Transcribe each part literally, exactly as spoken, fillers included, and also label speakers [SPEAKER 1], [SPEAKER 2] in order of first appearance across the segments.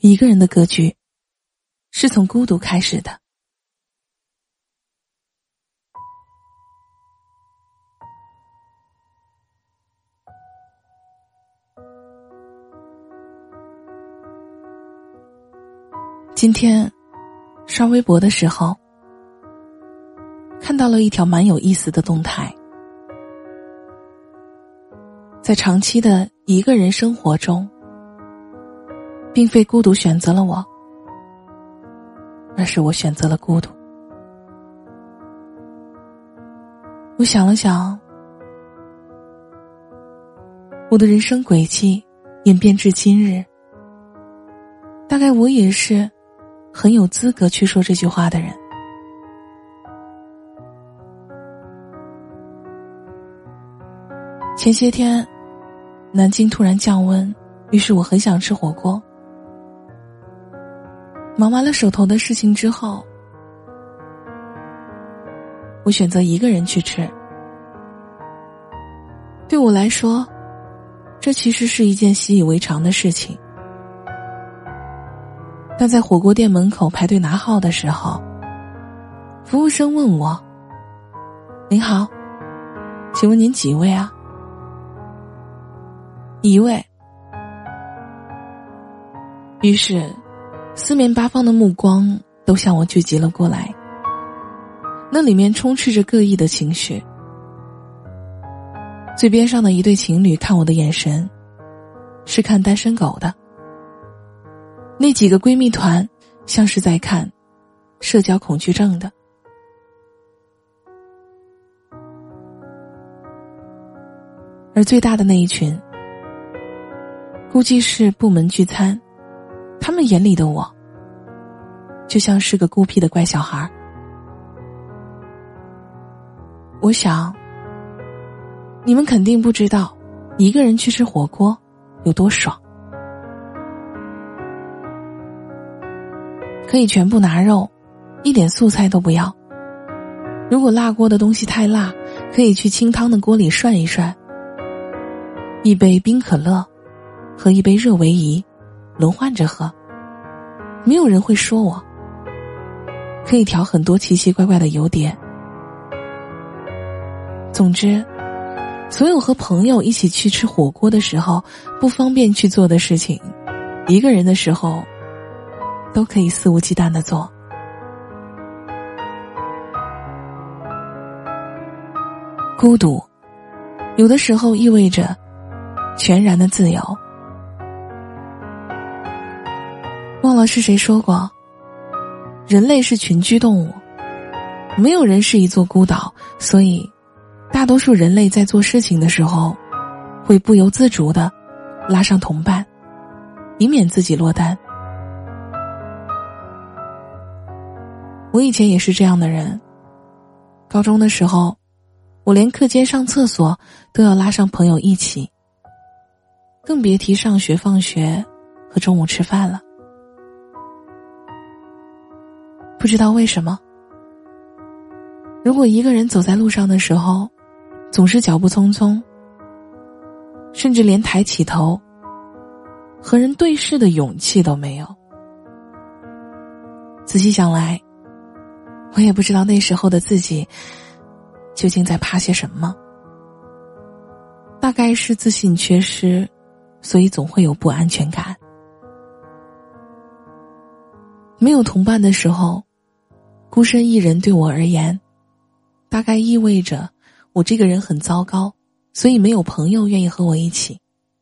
[SPEAKER 1] 一个人的格局是从孤独开始的。今天刷微博的时候，看到了一条蛮有意思的动态。在长期的一个人生活中，并非孤独选择了我，而是我选择了孤独。我想了想，我的人生轨迹演变至今日，大概我也是很有资格去说这句话的人。前些天南京突然降温，于是我很想吃火锅。忙完了手头的事情之后，我选择一个人去吃。对我来说，这其实是一件习以为常的事情。但在火锅店门口排队拿号的时候，服务生问我：“您好，请问您几位啊？”一位。于是四面八方的目光都向我聚集了过来，那里面充斥着各异的情绪。最边上的一对情侣看我的眼神是看单身狗的，那几个闺蜜团像是在看社交恐惧症的。而最大的那一群估计是部门聚餐，他们眼里的我就像是个孤僻的乖小孩。我想你们肯定不知道一个人去吃火锅有多爽，可以全部拿肉，一点素菜都不要。如果辣锅的东西太辣，可以去清汤的锅里涮一涮。一杯冰可乐和一杯热维怡轮换着喝，没有人会说我。可以调很多奇奇怪怪的油碟。总之，所有和朋友一起去吃火锅的时候不方便去做的事情，一个人的时候都可以肆无忌惮地做。孤独有的时候意味着全然的自由。忘了是谁说过，人类是群居动物，没有人是一座孤岛，所以大多数人类在做事情的时候会不由自主地拉上同伴，以免自己落单。我以前也是这样的人，高中的时候我连课间上厕所都要拉上朋友一起，更别提上学放学和中午吃饭了。不知道为什么，如果一个人走在路上的时候总是脚步匆匆，甚至连抬起头和人对视的勇气都没有。仔细想来，我也不知道那时候的自己究竟在怕些什么。大概是自信缺失，所以总会有不安全感。没有同伴的时候，孤身一人对我而言，大概意味着我这个人很糟糕，所以没有朋友愿意和我一起。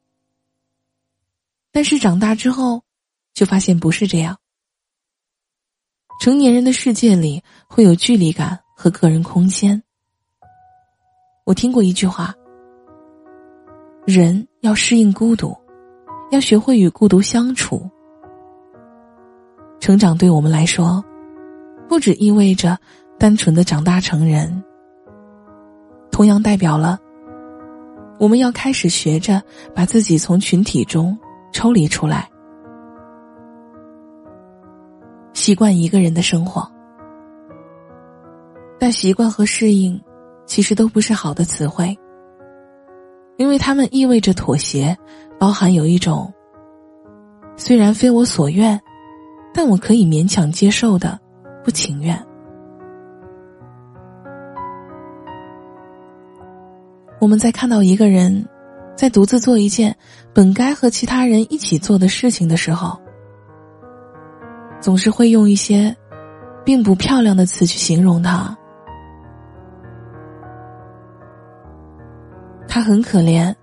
[SPEAKER 1] 但是长大之后，就发现不是这样。成年人的世界里会有距离感和个人空间。我听过一句话，人要适应孤独，要学会与孤独相处。成长对我们来说，不只意味着单纯的长大成人，同样代表了我们要开始学着把自己从群体中抽离出来，习惯一个人的生活。但习惯和适应其实都不是好的词汇，因为它们意味着妥协，包含有一种虽然非我所愿，但我可以勉强接受的不情愿。我们在看到一个人在独自做一件本该和其他人一起做的事情的时候，总是会用一些并不漂亮的词去形容他。他很可怜，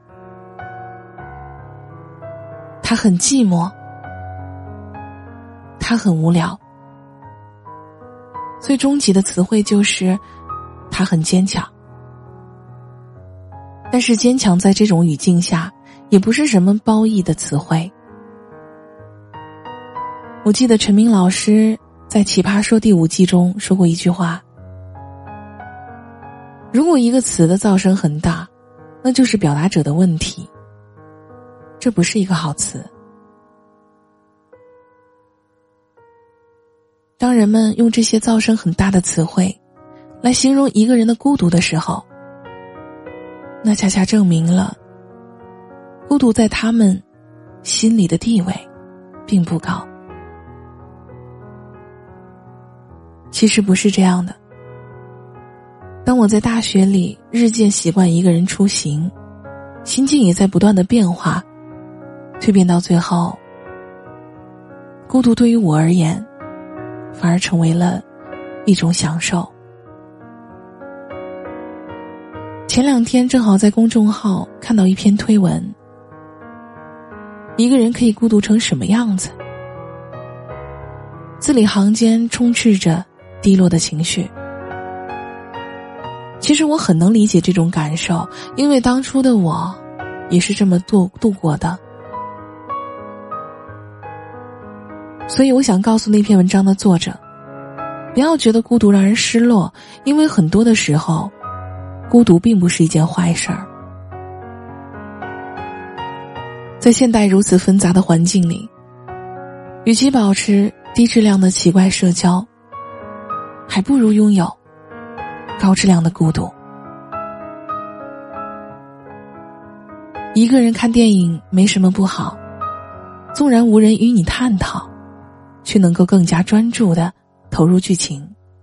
[SPEAKER 1] 他很寂寞，他很无聊。最终极的词汇就是他很坚强。但是坚强在这种语境下也不是什么褒义的词汇。我记得陈明老师在《奇葩说》第五季中说过一句话：如果一个词的噪声很大，那就是表达者的问题，这不是一个好词。当人们用这些噪声很大的词汇来形容一个人的孤独的时候，那恰恰证明了孤独在他们心里的地位并不高。其实不是这样的。当我在大学里日渐习惯一个人出行，心境也在不断的变化，蜕变到最后，孤独对于我而言反而成为了一种享受。前两天正好在公众号看到一篇推文，一个人可以孤独成什么样子？字里行间充斥着低落的情绪。其实我很能理解这种感受，因为当初的我也是这么度度过的。所以我想告诉那篇文章的作者，不要觉得孤独让人失落，因为很多的时候孤独并不是一件坏事儿。在现代如此纷杂的环境里，与其保持低质量的奇怪社交，还不如拥有高质量的孤独。一个人看电影没什么不好，纵然无人与你探讨，却能够更加专注地投入剧情。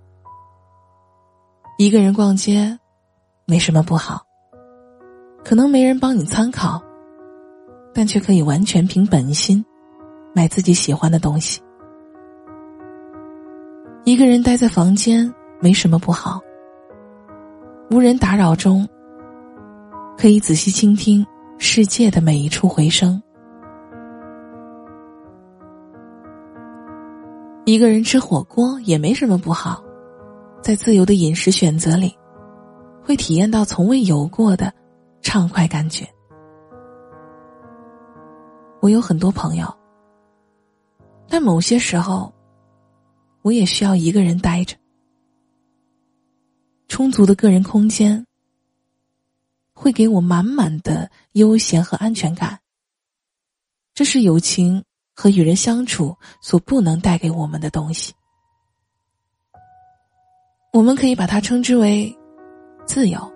[SPEAKER 1] 一个人逛街没什么不好，可能没人帮你参考，但却可以完全凭本心买自己喜欢的东西。一个人待在房间没什么不好，无人打扰中可以仔细倾听世界的每一处回声。一个人吃火锅也没什么不好，在自由的饮食选择里会体验到从未有过的畅快感觉。我有很多朋友，但某些时候我也需要一个人待着。充足的个人空间会给我满满的悠闲和安全感，这是友情和与人相处所不能带给我们的东西。我们可以把它称之为自由。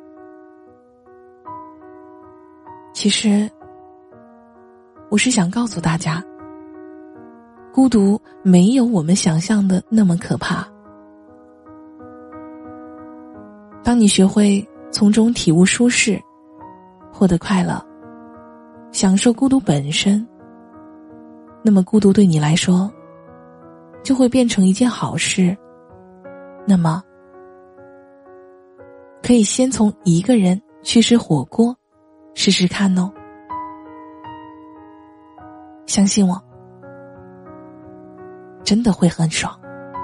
[SPEAKER 1] 其实我是想告诉大家，孤独没有我们想象的那么可怕。当你学会从中体悟舒适，获得快乐，享受孤独本身，那么孤独对你来说就会变成一件好事。那么可以先从一个人去吃火锅试试看哦。相信我，真的会很爽。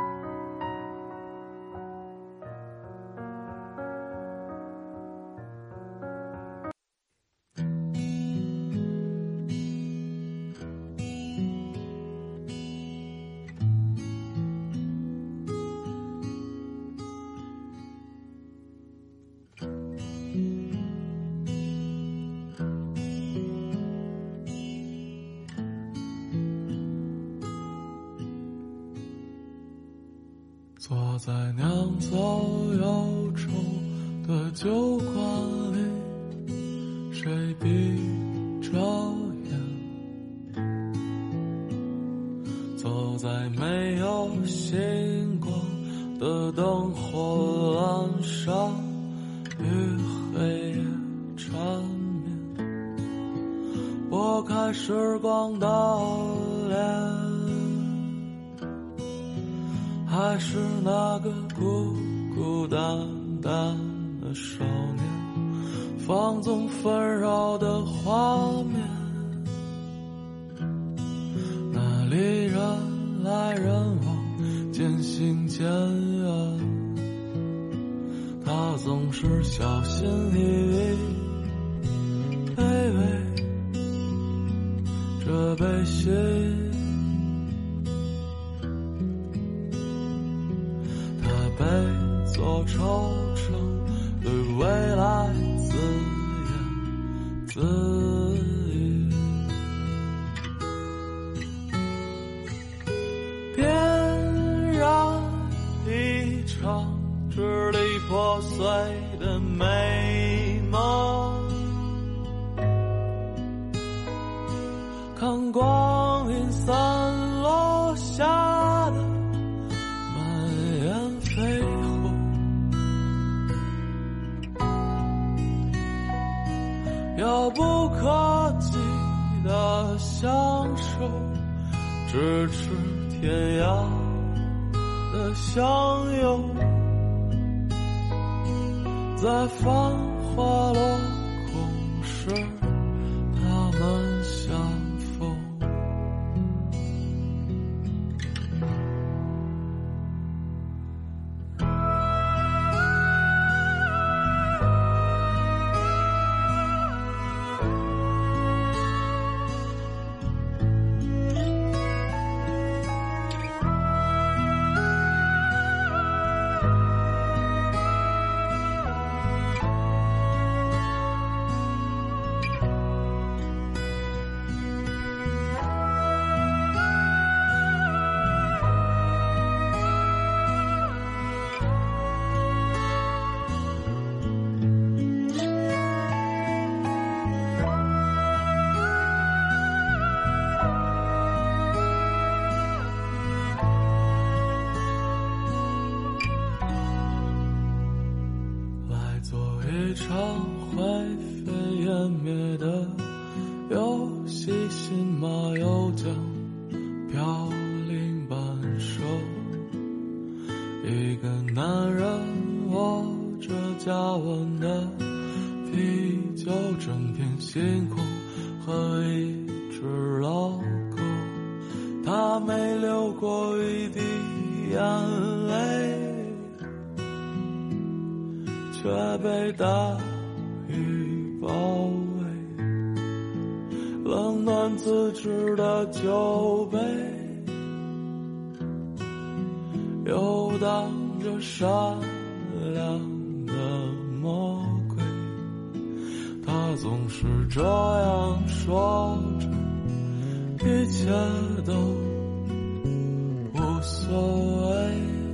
[SPEAKER 2] 坐在酿造忧愁的酒馆里，谁闭着眼， 在没有星光的灯火阑珊与黑夜缠绵，拨开时光的脸，还是那个孤孤单单的少年，放纵纷扰的画面，那里人来人往，渐行渐远，他总是小心翼翼，卑微这悲喜，他被做惆怅，对未来自言自语，点燃一场支离破碎的美梦，看光阴散落下的满眼绯红，遥不可及的相守，咫尺天涯的相拥，在繁华落空时他们相逢。一场灰飞烟灭的游戏，新马又将飘零半生，一个男人握着加温的啤酒，整片星空和一只老狗，他没流过一滴眼泪，却被大雨包围，冷暖自知的酒杯游荡着善良的魔鬼，他总是这样说着，一切都无所谓，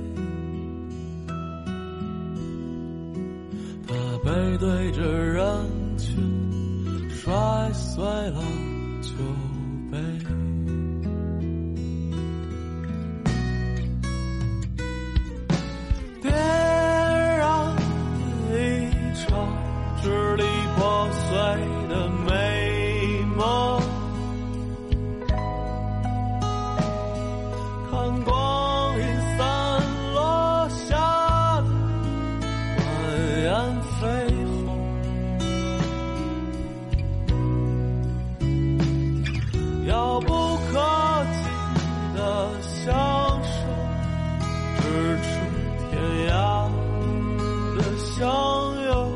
[SPEAKER 2] 背对着人群摔碎了酒杯，点燃一场支离破碎的美梦，看光阴散落下的满眼绯红，遥不可及的相守，咫尺天涯的相拥，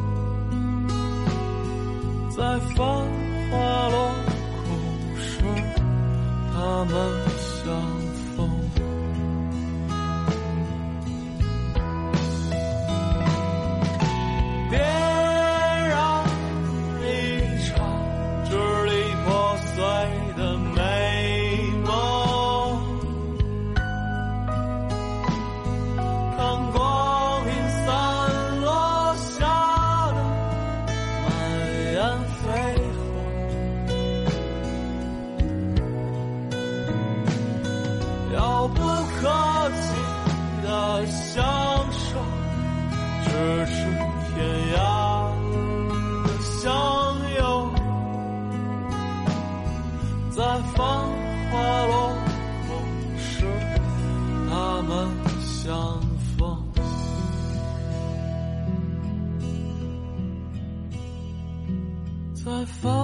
[SPEAKER 2] 在繁华落空时他们相逢。点燃一场支离破碎的美梦，看光阴散落下的满眼绯红， 相逢。在风